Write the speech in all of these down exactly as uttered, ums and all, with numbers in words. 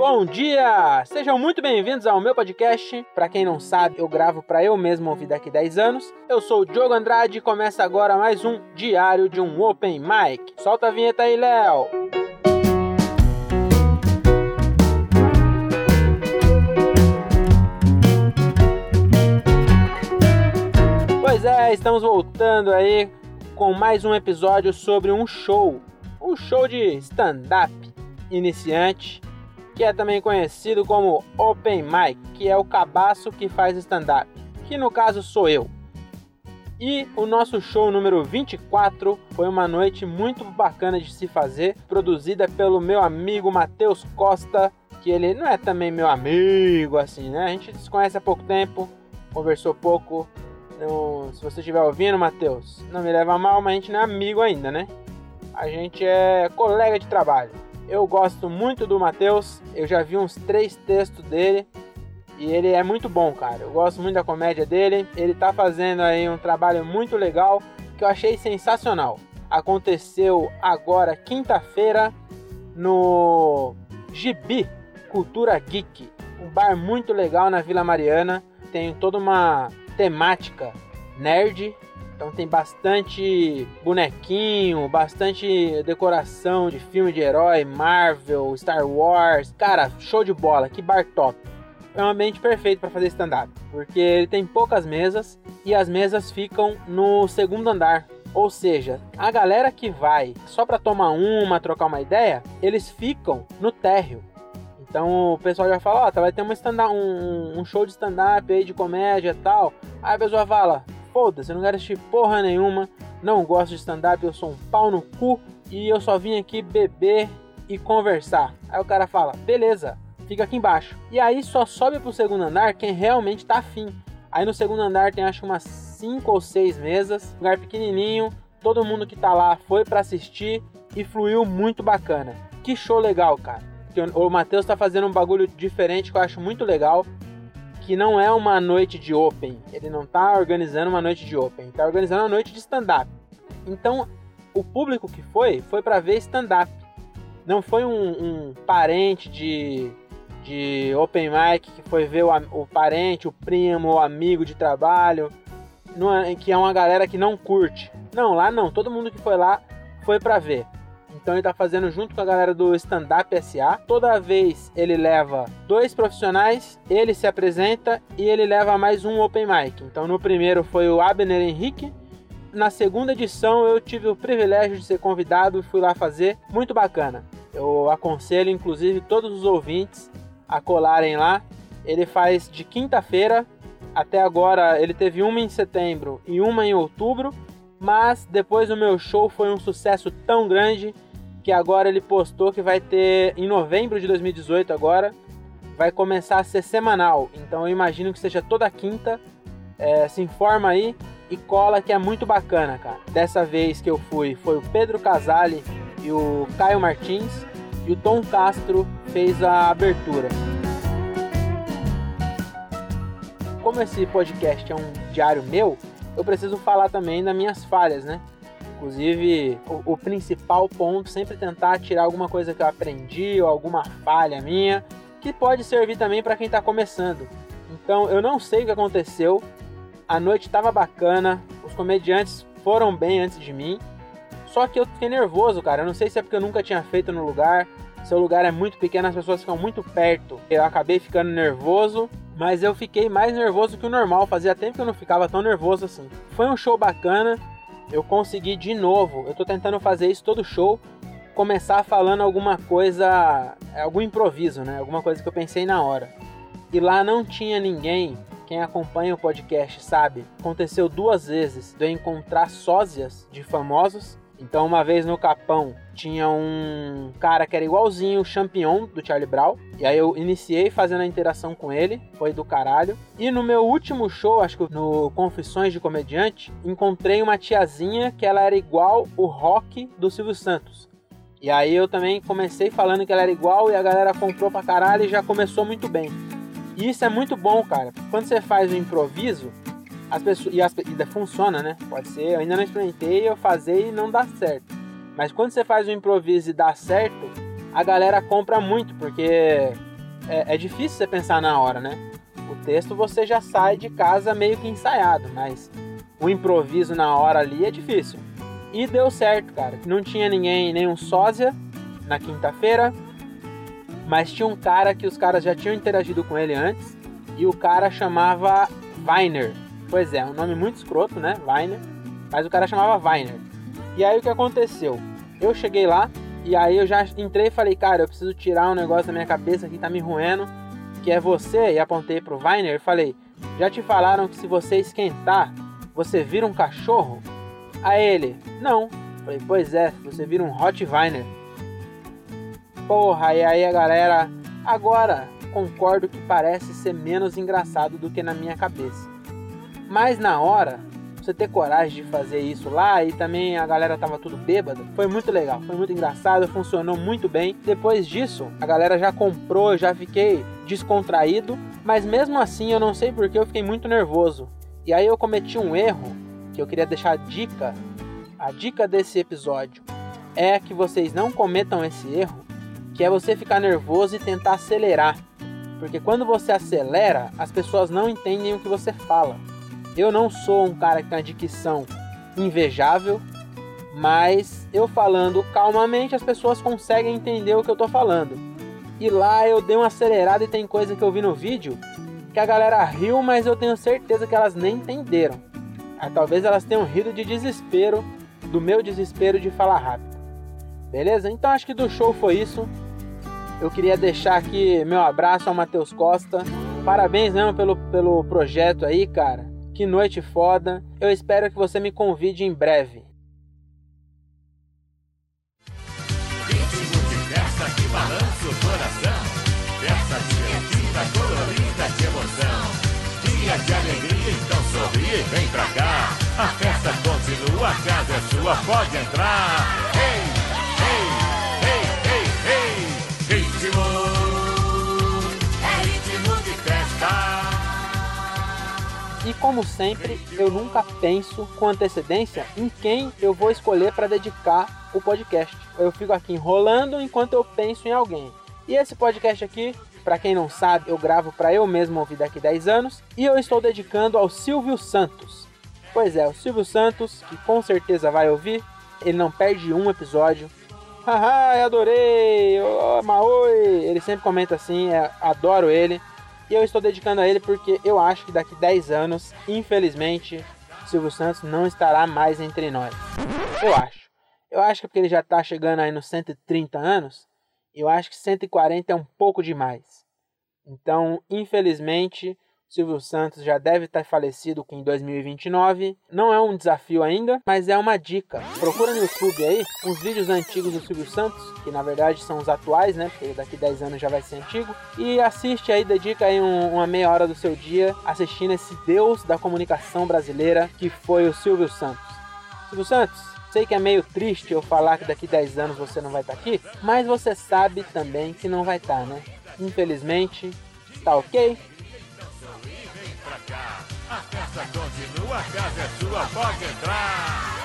Bom dia! Sejam muito bem-vindos ao meu podcast. Pra quem não sabe, eu gravo pra eu mesmo ouvir daqui dez anos. Eu sou o Diogo Andrade e começa agora mais um Diário de um Open Mic. Solta a vinheta aí, Léo! Pois é, estamos voltando aí com mais um episódio sobre um show. Um show de stand-up iniciante, que é também conhecido como Open Mic, que é o cabaço que faz stand-up, que no caso sou eu. E o nosso show número vinte e quatro foi uma noite muito bacana de se fazer, produzida pelo meu amigo Matheus Costa, que ele não é também meu amigo assim, né? A gente se conhece há pouco tempo, conversou pouco. Então, se você estiver ouvindo, Matheus, não me leva a mal, mas a gente não é amigo ainda, né? A gente é colega de trabalho. Eu gosto muito do Matheus, eu já vi uns três textos dele e ele é muito bom, cara. Eu gosto muito da comédia dele, ele tá fazendo aí um trabalho muito legal que eu achei sensacional. Aconteceu agora, quinta-feira, no Gibi Cultura Geek, um bar muito legal na Vila Mariana. Tem toda uma temática nerd. Então tem bastante bonequinho, bastante decoração de filme de herói, Marvel, Star Wars. Cara, show de bola, que bar top. É um ambiente perfeito para fazer stand-up, porque ele tem poucas mesas e as mesas ficam no segundo andar. Ou seja, a galera que vai só para tomar uma, trocar uma ideia, eles ficam no térreo. Então o pessoal já fala, ó, oh, vai ter uma stand-up, um, um show de stand-up aí de comédia e tal. Aí a pessoa fala, foda-se, eu não quero assistir porra nenhuma, não gosto de stand-up, eu sou um pau no cu e eu só vim aqui beber e conversar. Aí o cara fala, beleza, fica aqui embaixo. E aí só sobe pro segundo andar quem realmente tá afim. Aí no segundo andar tem acho umas cinco ou seis mesas, lugar pequenininho, todo mundo que tá lá foi pra assistir e fluiu muito bacana. Que show legal, cara. O Matheus tá fazendo um bagulho diferente que eu acho muito legal, que não é uma noite de open, ele não tá organizando uma noite de open, ele tá organizando uma noite de stand-up. Então, o público que foi, foi pra ver stand-up. Não foi um, um parente de, de open mic que foi ver o, o parente, o primo, o amigo de trabalho, é, que é uma galera que não curte. Não, lá não, todo mundo que foi lá foi pra ver. Então ele tá fazendo junto com a galera do Stand Up S A. Toda vez ele leva dois profissionais, ele se apresenta e ele leva mais um Open Mic. Então no primeiro foi o Abner Henrique. Na segunda edição eu tive o privilégio de ser convidado e fui lá fazer. Muito bacana. Eu aconselho inclusive todos os ouvintes a colarem lá. Ele faz de quinta-feira até agora. Ele teve uma em setembro e uma em outubro. Mas depois o meu show foi um sucesso tão grande que agora ele postou que vai ter em novembro de dois mil e dezoito agora, vai começar a ser semanal. Então eu imagino que seja toda quinta. É, se informa aí e cola, que é muito bacana, cara. Dessa vez que eu fui foi o Pedro Casale e o Caio Martins, e o Tom Castro fez a abertura. Como esse podcast é um diário meu, eu preciso falar também das minhas falhas, né? Inclusive, o, o principal ponto, sempre tentar tirar alguma coisa que eu aprendi ou alguma falha minha, que pode servir também para quem está começando. Então, eu não sei o que aconteceu, a noite estava bacana, os comediantes foram bem antes de mim, só que eu fiquei nervoso, cara. Eu não sei se é porque eu nunca tinha feito no lugar, se o lugar é muito pequeno, as pessoas ficam muito perto. Eu acabei ficando nervoso, mas eu fiquei mais nervoso que o normal, fazia tempo que eu não ficava tão nervoso assim. Foi um show bacana. Eu consegui de novo, eu tô tentando fazer isso todo show, começar falando alguma coisa, algum improviso, né? Alguma coisa que eu pensei na hora. E lá não tinha ninguém, quem acompanha o podcast sabe, aconteceu duas vezes de eu encontrar sósias de famosos. Então uma vez no Capão tinha um cara que era igualzinho o Champignon do Charlie Brown, e aí eu iniciei fazendo a interação com ele, foi do caralho. E no meu último show, acho que no Confissões de Comediante, encontrei uma tiazinha que ela era igual o Rock do Silvio Santos. E aí eu também comecei falando que ela era igual e a galera comprou pra caralho e já começou muito bem. E isso é muito bom, cara. Quando você faz o improviso, as pessoas, e, as, e funciona, né? Pode ser, eu ainda não experimentei eu fazer e não dá certo. Mas quando você faz o improviso e dá certo, a galera compra muito, porque é, é difícil você pensar na hora, né? O texto você já sai de casa meio que ensaiado, mas o improviso na hora ali é difícil. E deu certo, cara. Não tinha ninguém, nenhum sósia na quinta-feira, mas tinha um cara que os caras já tinham interagido com ele antes, e o cara chamava Viner. Pois é, um nome muito escroto, né? Viner. Mas o cara chamava Viner. E aí o que aconteceu? Eu cheguei lá, e aí eu já entrei e falei, cara, eu preciso tirar um negócio da minha cabeça que tá me roendo, que é você, e apontei pro Viner e falei, já te falaram que se você esquentar, você vira um cachorro? Aí ele, não. Falei, pois é, você vira um Hot Viner. Porra, e aí a galera, agora concordo que parece ser menos engraçado do que na minha cabeça. Mas na hora, você ter coragem de fazer isso lá, e também a galera tava tudo bêbada, foi muito legal, foi muito engraçado, funcionou muito bem. Depois disso, a galera já comprou, eu já fiquei descontraído, mas mesmo assim eu não sei porque eu fiquei muito nervoso. E aí eu cometi um erro, que eu queria deixar a dica, a dica desse episódio é que vocês não cometam esse erro, que é você ficar nervoso e tentar acelerar. Porque quando você acelera, as pessoas não entendem o que você fala. Eu não sou um cara que tem uma dicção invejável, mas eu falando calmamente, as pessoas conseguem entender o que eu tô falando. E lá eu dei uma acelerada e tem coisa que eu vi no vídeo que a galera riu, mas eu tenho certeza que elas nem entenderam. Ah, talvez elas tenham rido de desespero, do meu desespero de falar rápido. Beleza? Então acho que do show foi isso. Eu queria deixar aqui meu abraço ao Matheus Costa. Parabéns mesmo pelo, pelo projeto aí, cara. Que noite foda. Eu espero que você me convide em breve. Ritmo de festa que balança o coração. Festa divertida, colorida de emoção. Dia de alegria, então sorri e vem pra cá. A festa continua, a casa é sua, pode entrar. Ei, ei, ei, ei, ei. Ritmo, é ritmo de festa. E como sempre, eu nunca penso com antecedência em quem eu vou escolher para dedicar o podcast. Eu fico aqui enrolando enquanto eu penso em alguém. E esse podcast aqui, para quem não sabe, eu gravo para eu mesmo ouvir daqui dez anos. E eu estou dedicando ao Silvio Santos. Pois é, o Silvio Santos, que com certeza vai ouvir. Ele não perde um episódio. Haha, adorei! Oh, maoi! Ele sempre comenta assim, é, adoro ele. E eu estou dedicando a ele porque eu acho que daqui dez anos, infelizmente, Silvio Santos não estará mais entre nós. Eu acho. Eu acho que é porque ele já está chegando aí nos cento e trinta anos. Eu acho que cento e quarenta é um pouco demais. Então, infelizmente, Silvio Santos já deve estar falecido em dois mil e vinte e nove. Não é um desafio ainda, mas é uma dica. Procura no YouTube aí uns vídeos antigos do Silvio Santos, que na verdade são os atuais, né? Porque daqui dez anos já vai ser antigo. E assiste aí, dedica aí um, uma meia hora do seu dia assistindo esse deus da comunicação brasileira que foi o Silvio Santos. Silvio Santos, sei que é meio triste eu falar que daqui dez anos você não vai estar aqui, mas você sabe também que não vai estar, né? Infelizmente, tá ok? A festa continua, a casa é sua, pode entrar.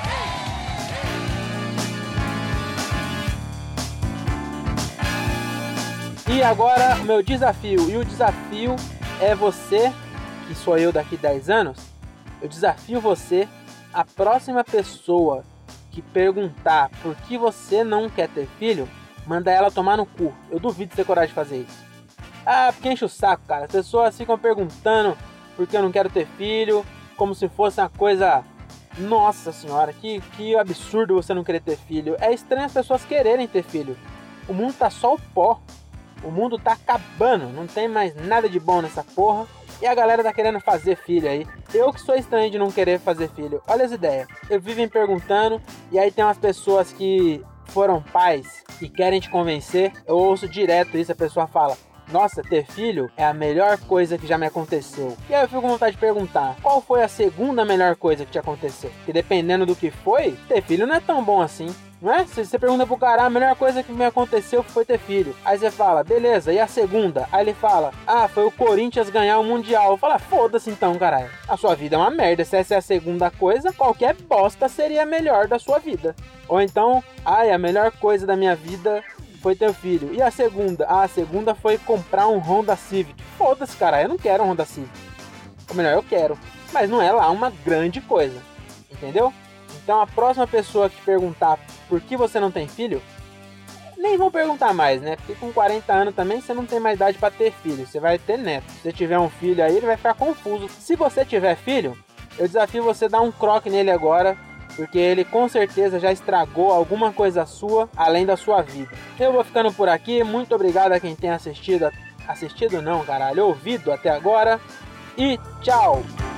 E agora o meu desafio, e o desafio é você, que sou eu daqui dez anos, eu desafio você, a próxima pessoa que perguntar por que você não quer ter filho, manda ela tomar no cu. Eu duvido de ter coragem de fazer isso. Ah, porque enche o saco, cara. As pessoas ficam perguntando por que eu não quero ter filho, como se fosse uma coisa... Nossa senhora, que, que absurdo você não querer ter filho. É estranho as pessoas quererem ter filho. O mundo tá só o pó. O mundo tá acabando. Não tem mais nada de bom nessa porra. E a galera tá querendo fazer filho aí. Eu que sou estranho de não querer fazer filho. Olha as ideias. Eu vivo me perguntando. E aí tem umas pessoas que foram pais e querem te convencer. Eu ouço direto isso. A pessoa fala: nossa, ter filho é a melhor coisa que já me aconteceu. E aí eu fico com vontade de perguntar: qual foi a segunda melhor coisa que te aconteceu? Porque dependendo do que foi, ter filho não é tão bom assim. Não é? Se você pergunta pro cara, a melhor coisa que me aconteceu foi ter filho. Aí você fala, beleza, e a segunda? Aí ele fala, ah, foi o Corinthians ganhar o Mundial. Eu falo, foda-se então, caralho. A sua vida é uma merda. Se essa é a segunda coisa, qualquer bosta seria a melhor da sua vida. Ou então, ai, a melhor coisa da minha vida foi ter filho. E a segunda? Ah, a segunda foi comprar um Honda Civic. Foda-se, cara, eu não quero um Honda Civic. Ou melhor, eu quero. Mas não é lá uma grande coisa. Entendeu? Então a próxima pessoa que te perguntar por que você não tem filho, nem vão perguntar mais, né? Porque com quarenta anos também você não tem mais idade para ter filho. Você vai ter neto. Se você tiver um filho aí, ele vai ficar confuso. Se você tiver filho, eu desafio você a dar um croque nele agora, porque ele com certeza já estragou alguma coisa sua, além da sua vida. Eu vou ficando por aqui. Muito obrigado a quem tem assistido. Assistido não, caralho. Ouvido até agora. E tchau!